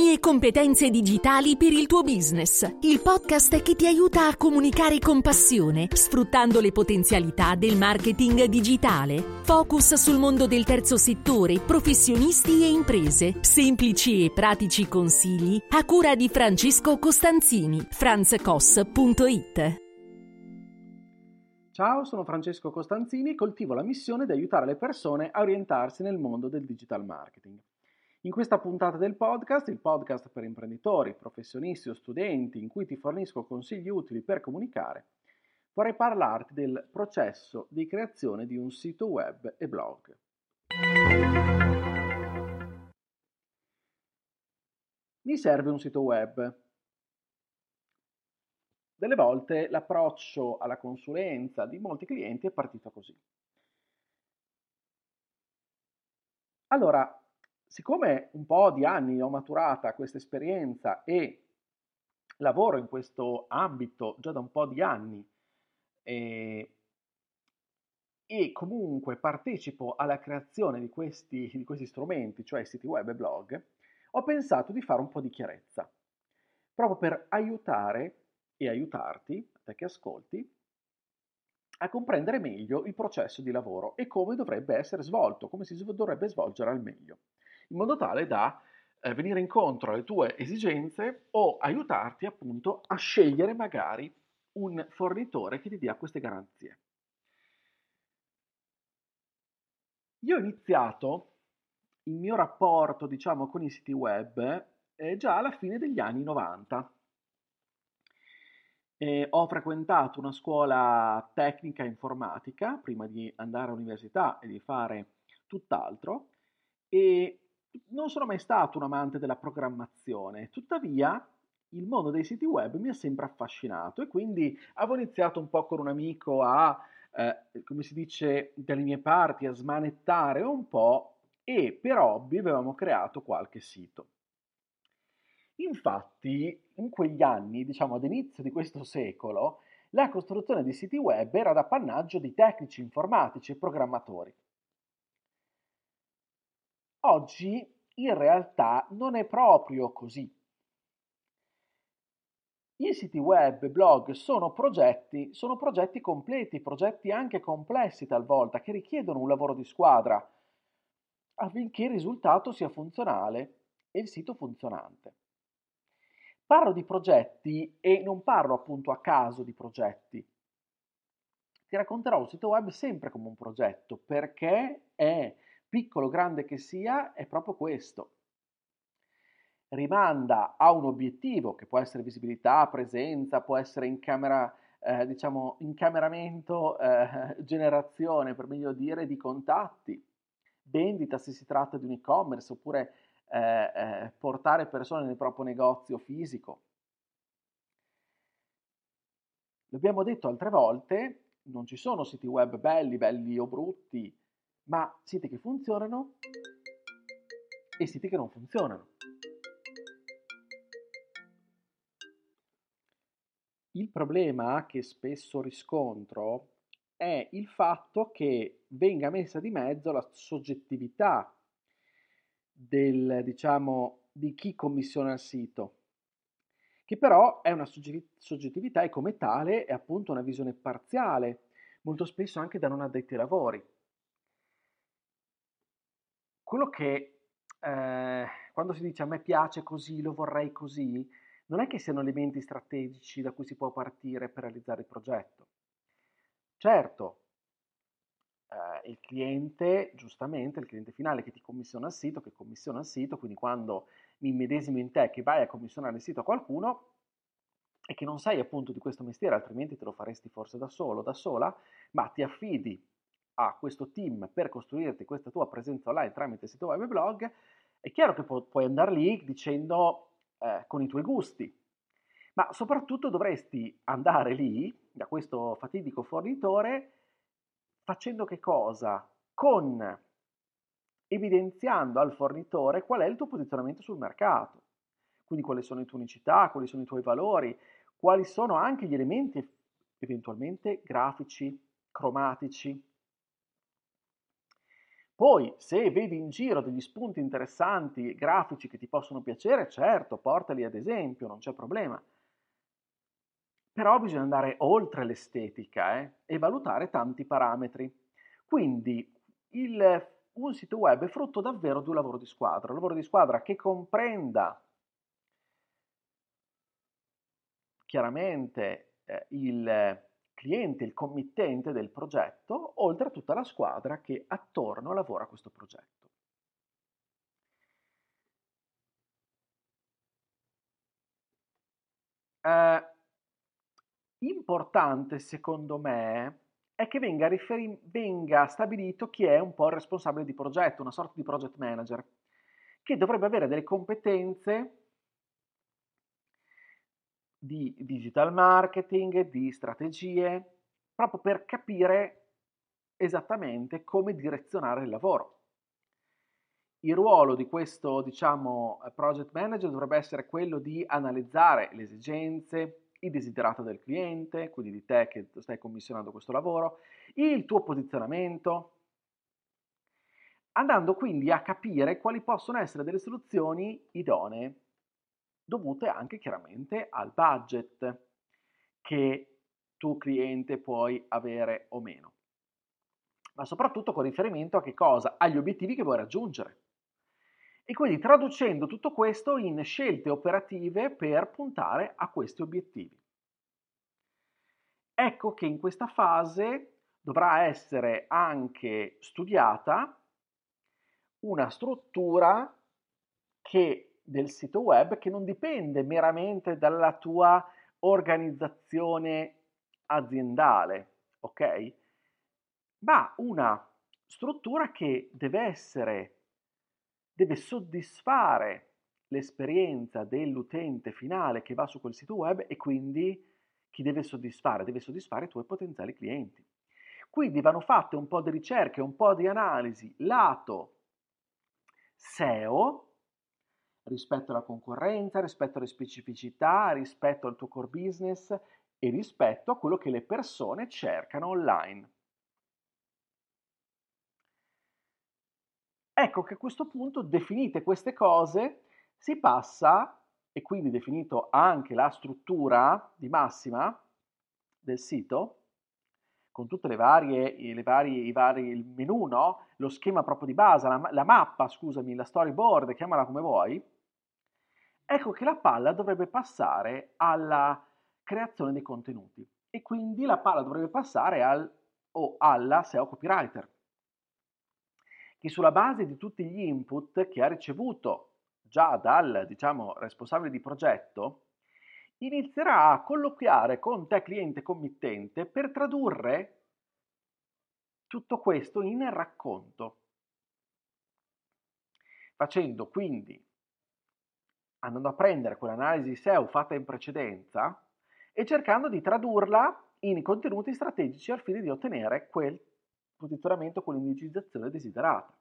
Soluzioni e competenze digitali per il tuo business. Il podcast che ti aiuta a comunicare con passione, sfruttando le potenzialità del marketing digitale. Focus sul mondo del terzo settore, professionisti e imprese. Semplici e pratici consigli a cura di Francesco Costanzini. franzcos.it. Ciao, sono Francesco Costanzini e coltivo la missione di aiutare le persone a orientarsi nel mondo del digital marketing. In questa puntata del podcast, il podcast per imprenditori, professionisti o studenti in cui ti fornisco consigli utili per comunicare, vorrei parlarti del processo di creazione di un sito web e blog. Mi serve un sito web. Delle volte l'approccio alla consulenza di molti clienti è partito così. Allora, siccome un po' di anni ho maturata questa esperienza e lavoro in questo ambito già da un po' di anni e comunque partecipo alla creazione di questi strumenti, cioè siti web e blog, ho pensato di fare un po' di chiarezza, proprio per aiutare e aiutarti, te che ascolti, a comprendere meglio il processo di lavoro e come dovrebbe essere svolto, come si dovrebbe svolgere al meglio, in modo tale da venire incontro alle tue esigenze o aiutarti appunto a scegliere magari un fornitore che ti dia queste garanzie. Io ho iniziato il mio rapporto, diciamo, con i siti web già alla fine degli anni 90. Ho frequentato una scuola tecnica informatica prima di andare all'università e di fare tutt'altro e non sono mai stato un amante della programmazione, tuttavia il mondo dei siti web mi ha sempre affascinato e quindi avevo iniziato un po' con un amico a, come si dice dalle mie parti, a smanettare un po' e per hobby avevamo creato qualche sito. Infatti, in quegli anni, diciamo ad inizio di questo secolo, la costruzione di siti web era d'appannaggio di tecnici informatici e programmatori. Oggi, in realtà, non è proprio così. I siti web e blog sono progetti completi, progetti anche complessi talvolta, che richiedono un lavoro di squadra affinché il risultato sia funzionale e il sito funzionante. Parlo di progetti e non parlo appunto a caso di progetti. Ti racconterò un sito web sempre come un progetto perché è piccolo o grande che sia, è proprio questo. Rimanda a un obiettivo che può essere visibilità, presenza, può essere incameramento, generazione, per meglio dire, di contatti, vendita se si tratta di un e-commerce oppure portare persone nel proprio negozio fisico. L'abbiamo detto altre volte, non ci sono siti web belli o brutti, ma siti che funzionano e siti che non funzionano. Il problema che spesso riscontro è il fatto che venga messa di mezzo la soggettività di chi commissiona il sito, che però è una soggettività e come tale è appunto una visione parziale, molto spesso anche da non addetti ai lavori. Quello che quando si dice a me piace così, lo vorrei così, non è che siano elementi strategici da cui si può partire per realizzare il progetto. Certo, il cliente, giustamente, il cliente finale che ti commissiona il sito, che commissiona il sito, quindi quando mi immedesimo in te che vai a commissionare il sito a qualcuno e che non sai appunto di questo mestiere, altrimenti te lo faresti forse da solo, da sola, ma ti affidi a questo team per costruirti questa tua presenza online tramite sito web e blog, è chiaro che puoi andare lì dicendo con i tuoi gusti, ma soprattutto dovresti andare lì da questo fatidico fornitore facendo che cosa? Evidenziando al fornitore qual è il tuo posizionamento sul mercato, quindi quali sono le tue unicità, quali sono i tuoi valori, quali sono anche gli elementi eventualmente grafici, cromatici. Poi, se vedi in giro degli spunti interessanti, grafici che ti possono piacere, certo, portali ad esempio, non c'è problema. Però bisogna andare oltre l'estetica e valutare tanti parametri. Quindi un sito web è frutto davvero di un lavoro di squadra che comprenda chiaramente il cliente, il committente del progetto, oltre a tutta la squadra che attorno lavora a questo progetto. Importante secondo me è che venga stabilito chi è un po' il responsabile di progetto, una sorta di project manager, che dovrebbe avere delle competenze di digital marketing, di strategie, proprio per capire esattamente come direzionare il lavoro. Il ruolo di questo, diciamo, project manager dovrebbe essere quello di analizzare le esigenze, i desiderata del cliente, quindi di te che stai commissionando questo lavoro, il tuo posizionamento, andando quindi a capire quali possono essere delle soluzioni idonee, dovute anche chiaramente al budget che tu cliente puoi avere o meno, ma soprattutto con riferimento a che cosa? Agli obiettivi che vuoi raggiungere. E quindi traducendo tutto questo in scelte operative per puntare a questi obiettivi. Ecco che in questa fase dovrà essere anche studiata una struttura del sito web che non dipende meramente dalla tua organizzazione aziendale, ok? Ma una struttura che deve soddisfare l'esperienza dell'utente finale che va su quel sito web e quindi chi deve soddisfare? Deve soddisfare i tuoi potenziali clienti. Quindi vanno fatte un po' di ricerche, un po' di analisi lato SEO rispetto alla concorrenza, rispetto alle specificità, rispetto al tuo core business e rispetto a quello che le persone cercano online. Ecco che a questo punto, definite queste cose, si passa, e quindi definito anche la struttura di massima del sito, con tutte il menu, no? Lo schema proprio di base, la mappa, scusami, la storyboard, chiamala come vuoi, ecco che la palla dovrebbe passare alla creazione dei contenuti e quindi la palla dovrebbe passare alla SEO copywriter, che sulla base di tutti gli input che ha ricevuto già dal, diciamo, responsabile di progetto, inizierà a colloquiare con te cliente committente per tradurre tutto questo in racconto, facendo quindi, andando a prendere quell'analisi SEO fatta in precedenza e cercando di tradurla in contenuti strategici al fine di ottenere quel posizionamento, quell'indicizzazione desiderata.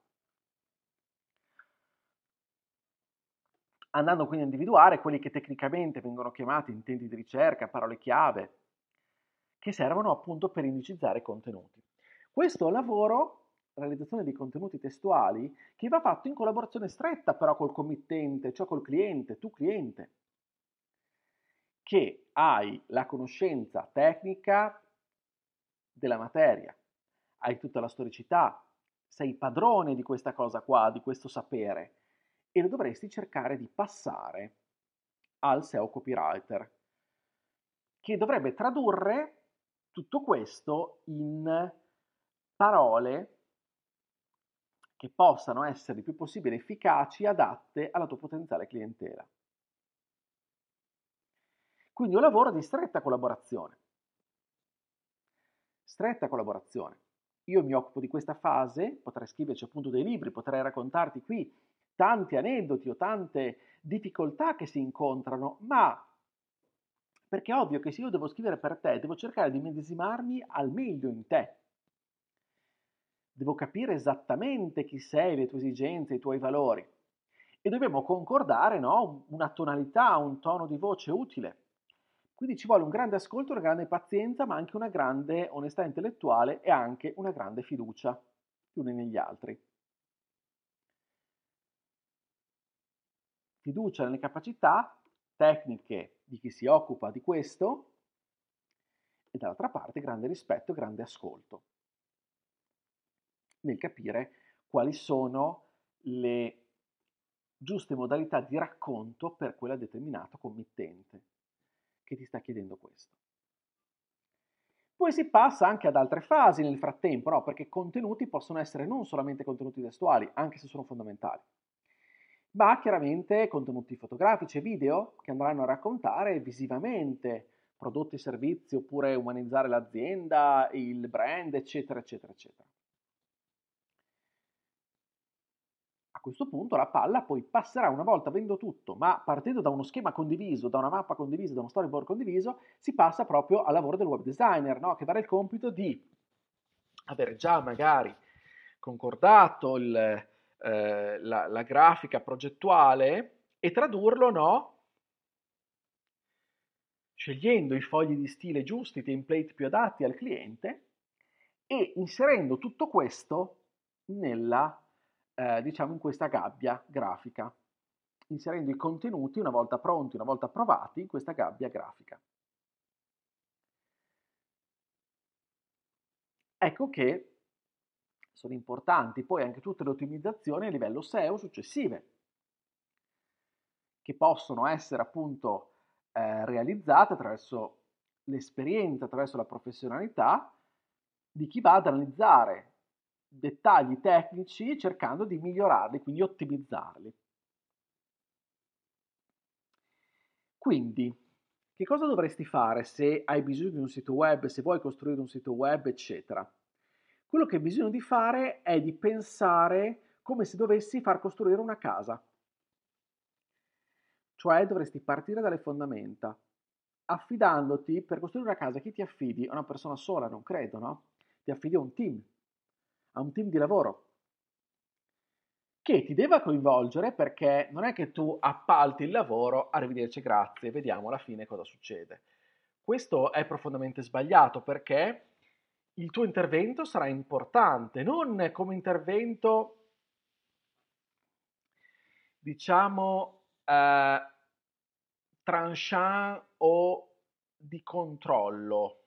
Andando quindi a individuare quelli che tecnicamente vengono chiamati intenti di ricerca, parole chiave, che servono appunto per indicizzare i contenuti. Questo lavoro, realizzazione di contenuti testuali, che va fatto in collaborazione stretta però col committente, cioè col cliente, tu cliente, che hai la conoscenza tecnica della materia, hai tutta la storicità, sei padrone di questa cosa qua, di questo sapere, e lo dovresti cercare di passare al SEO copywriter, che dovrebbe tradurre tutto questo in parole che possano essere il più possibile efficaci, adatte alla tua potenziale clientela. Quindi un lavoro di stretta collaborazione. Stretta collaborazione. Io mi occupo di questa fase, potrei scriverci appunto dei libri, potrei raccontarti qui tanti aneddoti o tante difficoltà che si incontrano, ma perché è ovvio che se io devo scrivere per te, devo cercare di medesimarmi al meglio in te. Devo capire esattamente chi sei, le tue esigenze, i tuoi valori. E dobbiamo concordare, no? Una tonalità, un tono di voce utile. Quindi ci vuole un grande ascolto, una grande pazienza, ma anche una grande onestà intellettuale e anche una grande fiducia gli uni negli altri. fiducia nelle capacità tecniche di chi si occupa di questo e dall'altra parte grande rispetto e grande ascolto nel capire quali sono le giuste modalità di racconto per quella determinato committente che ti sta chiedendo questo. Poi si passa anche ad altre fasi nel frattempo, no? Perché contenuti possono essere non solamente contenuti testuali, anche se sono fondamentali, ma chiaramente contenuti fotografici e video che andranno a raccontare visivamente prodotti e servizi oppure umanizzare l'azienda, il brand, eccetera, eccetera, eccetera. A questo punto la palla poi passerà, una volta avendo tutto, ma partendo da uno schema condiviso, da una mappa condivisa, da uno storyboard condiviso, si passa proprio al lavoro del web designer, no? Che avrà il compito di avere già magari concordato la grafica progettuale e tradurlo, no? Scegliendo i fogli di stile giusti, i template più adatti al cliente e inserendo tutto questo nella, diciamo, in questa gabbia grafica, inserendo i contenuti una volta pronti, una volta provati in questa gabbia grafica. Ecco che sono importanti poi anche tutte le ottimizzazioni a livello SEO successive, che possono essere appunto realizzate attraverso l'esperienza, attraverso la professionalità di chi va ad analizzare dettagli tecnici cercando di migliorarli, quindi ottimizzarli. Quindi, che cosa dovresti fare se hai bisogno di un sito web, se vuoi costruire un sito web, eccetera? Quello che hai bisogno di fare è di pensare come se dovessi far costruire una casa. Cioè dovresti partire dalle fondamenta, affidandoti per costruire una casa. Chi ti affidi? A una persona sola, non credo, no? Ti affidi a un team di lavoro che ti deve coinvolgere, perché non è che tu appalti il lavoro, arrivederci, grazie, vediamo alla fine cosa succede. Questo è profondamente sbagliato, perché il tuo intervento sarà importante, non come intervento, diciamo, tranchant o di controllo,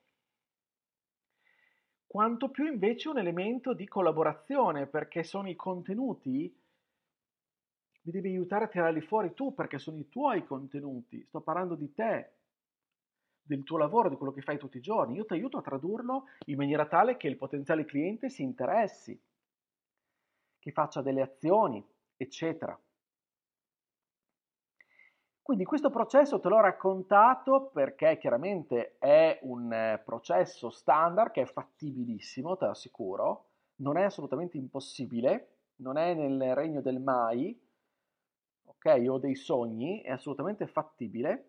quanto più invece un elemento di collaborazione, perché sono i contenuti, mi devi aiutare a tirarli fuori tu, perché sono i tuoi contenuti, sto parlando di te, del tuo lavoro, di quello che fai tutti i giorni. Io ti aiuto a tradurlo in maniera tale che il potenziale cliente si interessi, che faccia delle azioni, eccetera. Quindi questo processo te l'ho raccontato perché chiaramente è un processo standard che è fattibilissimo, te lo assicuro, non è assolutamente impossibile, non è nel regno del mai, ok, o dei sogni, è assolutamente fattibile.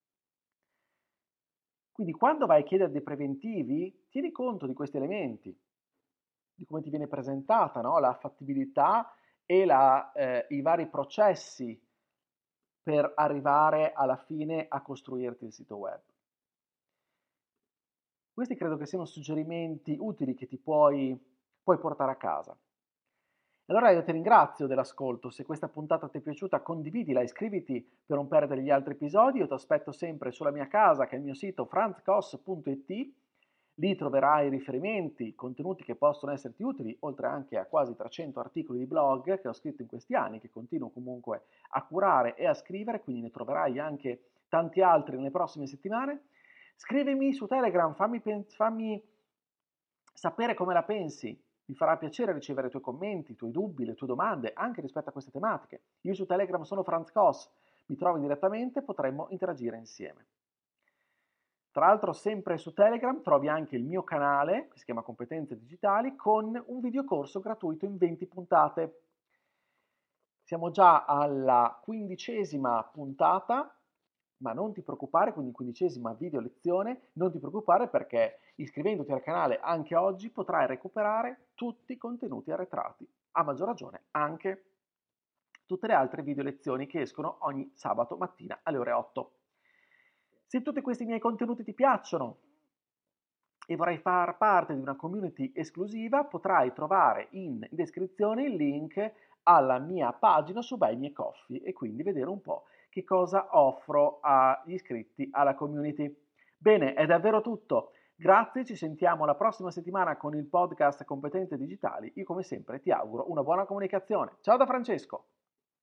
Quindi quando vai a chiedere dei preventivi, tieni conto di questi elementi, di come ti viene presentata, no? La fattibilità e i vari processi per arrivare alla fine a costruirti il sito web. Questi credo che siano suggerimenti utili che ti puoi portare a casa. Allora io ti ringrazio dell'ascolto, se questa puntata ti è piaciuta condividila, iscriviti per non perdere gli altri episodi, io ti aspetto sempre sulla mia casa che è il mio sito franzcos.it, lì troverai riferimenti, contenuti che possono esserti utili, oltre anche a quasi 300 articoli di blog che ho scritto in questi anni, che continuo comunque a curare e a scrivere, quindi ne troverai anche tanti altri nelle prossime settimane. Scrivimi su Telegram, fammi sapere come la pensi. Mi farà piacere ricevere i tuoi commenti, i tuoi dubbi, le tue domande, anche rispetto a queste tematiche. Io su Telegram sono Franz Koss, mi trovi direttamente, potremmo interagire insieme. Tra l'altro sempre su Telegram trovi anche il mio canale, che si chiama Competenze Digitali, con un videocorso gratuito in 20 puntate. Siamo già alla 15ª puntata, ma non ti preoccupare, quindi 15ª video lezione, non ti preoccupare perché iscrivendoti al canale anche oggi potrai recuperare tutti i contenuti arretrati, a maggior ragione anche tutte le altre video lezioni che escono ogni sabato mattina alle ore 8. Se tutti questi miei contenuti ti piacciono e vorrai far parte di una community esclusiva, potrai trovare in descrizione il link alla mia pagina su Buy Me Coffee e quindi vedere un po' che cosa offro agli iscritti alla community. Bene, è davvero tutto. Grazie, ci sentiamo la prossima settimana con il podcast Competenze Digitali. Io come sempre ti auguro una buona comunicazione. Ciao da Francesco!